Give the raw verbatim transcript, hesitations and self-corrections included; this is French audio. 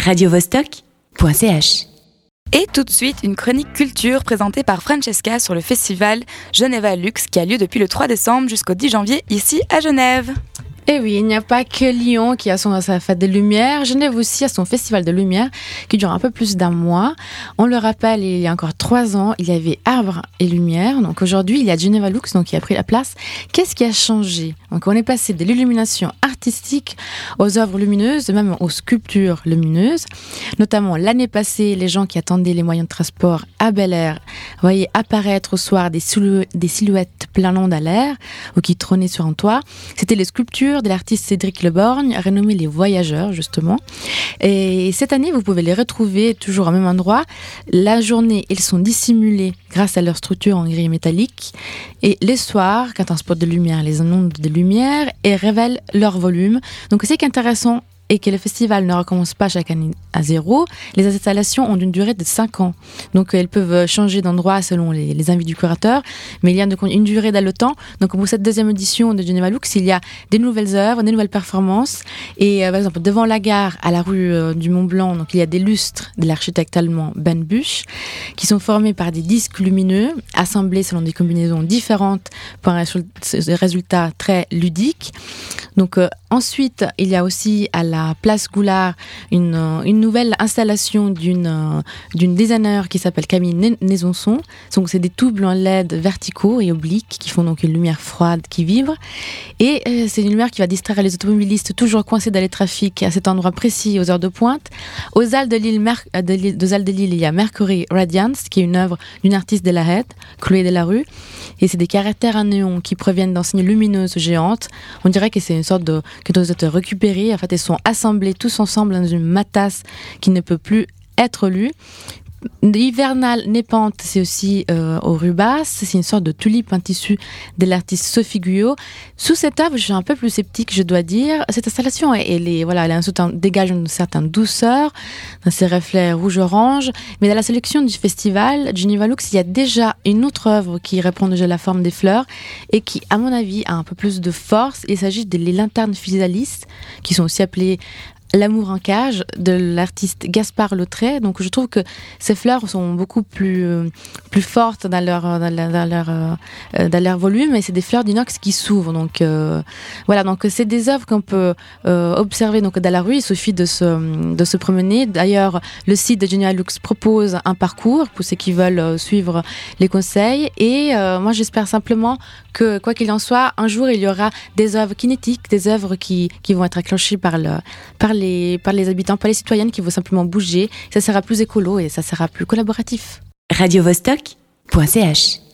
radio vostok point c h. Et tout de suite, une chronique culture présentée par Francesca sur le festival Geneva Lux qui a lieu depuis le trois décembre jusqu'au dix janvier ici à Genève. Et oui, il n'y a pas que Lyon qui a son, sa fête des Lumières. Genève aussi a son festival de Lumière qui dure un peu plus d'un mois. On le rappelle, il y a encore trois ans, il y avait Arbre et Lumière. Donc aujourd'hui, il y a Geneva Lux donc, qui a pris la place. Qu'est-ce qui a changé? Donc on est passé de l'illumination artistique aux œuvres lumineuses, même aux sculptures lumineuses. Notamment l'année passée, les gens qui attendaient les moyens de transport à Bel Air voyaient apparaître au soir des, silhou- des silhouettes planantes à l'air ou qui trônaient sur un toit. C'était les sculptures de l'artiste Cédric Leborgne, renommé Les Voyageurs, justement. Et cette année, vous pouvez les retrouver toujours au même endroit. La journée, ils sont dissimulés grâce à leur structure en grille métallique. Et les soirs, quand un spot de lumière les inonde de lumière et révèle leur volume. Donc, c'est intéressant et que le festival ne recommence pas chaque année à zéro, les installations ont une durée de cinq ans. Donc, elles peuvent changer d'endroit selon les, les envies du curateur, mais il y a une durée dans le temps. Donc, pour cette deuxième édition de Geneva Lux, il y a des nouvelles œuvres, des nouvelles performances. Et euh, par exemple, devant la gare, à la rue euh, du Mont-Blanc, donc, il y a des lustres de l'architecte allemand Ben Busch, qui sont formés par des disques lumineux, assemblés selon des combinaisons différentes pour un résultat très ludique. Donc, euh, ensuite, il y a aussi à la Place Goulard une, une nouvelle installation d'une, d'une designer qui s'appelle Camille Nézonson. Donc, c'est des tubes en L E D verticaux et obliques qui font donc une lumière froide qui vibre. Et euh, c'est une lumière qui va distraire les automobilistes toujours coincés dans les trafics à cet endroit précis aux heures de pointe. Aux Halles de Lille, Mer- de, Lille, de, Halles de Lille, il y a Mercury Radiance, qui est une œuvre d'une artiste de la Haye, Chloé Delarue. Et c'est des caractères en néon qui proviennent d'enseignes lumineuses géantes. On dirait que c'est une sorte de que doivent être récupérés. En fait, ils sont assemblés tous ensemble dans une matasse qui ne peut plus être lue. Hivernal Népente, c'est aussi euh, au Rubas. C'est une sorte de tulipe en tissu de l'artiste Sophie Guyot. Sous cette œuvre, je suis un peu plus sceptique, je dois dire. Cette installation, elle, est, voilà, elle a un certain, dégage une certaine douceur dans ses reflets rouge-orange. Mais dans la sélection du festival Geneva Lux, il y a déjà une autre œuvre qui reprend déjà la forme des fleurs et qui, à mon avis, a un peu plus de force. Il s'agit des lanternes physalis, qui sont aussi appelées L'amour en cage de l'artiste Gaspard Lautret. Donc je trouve que ces fleurs sont beaucoup plus euh, plus fortes dans leur dans leur, dans leur, euh, dans leur volume et c'est des fleurs d'inox qui s'ouvrent. Donc euh, voilà, donc c'est des œuvres qu'on peut euh, observer donc dans la rue. Il suffit de se de se promener. D'ailleurs, le site de Geneva Lux propose un parcours pour ceux qui veulent euh, suivre les conseils. Et euh, moi, j'espère simplement que quoi qu'il en soit, un jour il y aura des œuvres kinétiques, des œuvres qui qui vont être accrochées par le par les, par les habitants, par les citoyennes qui vont simplement bouger. Ça sera plus écolo et ça sera plus collaboratif. radio vostok point c h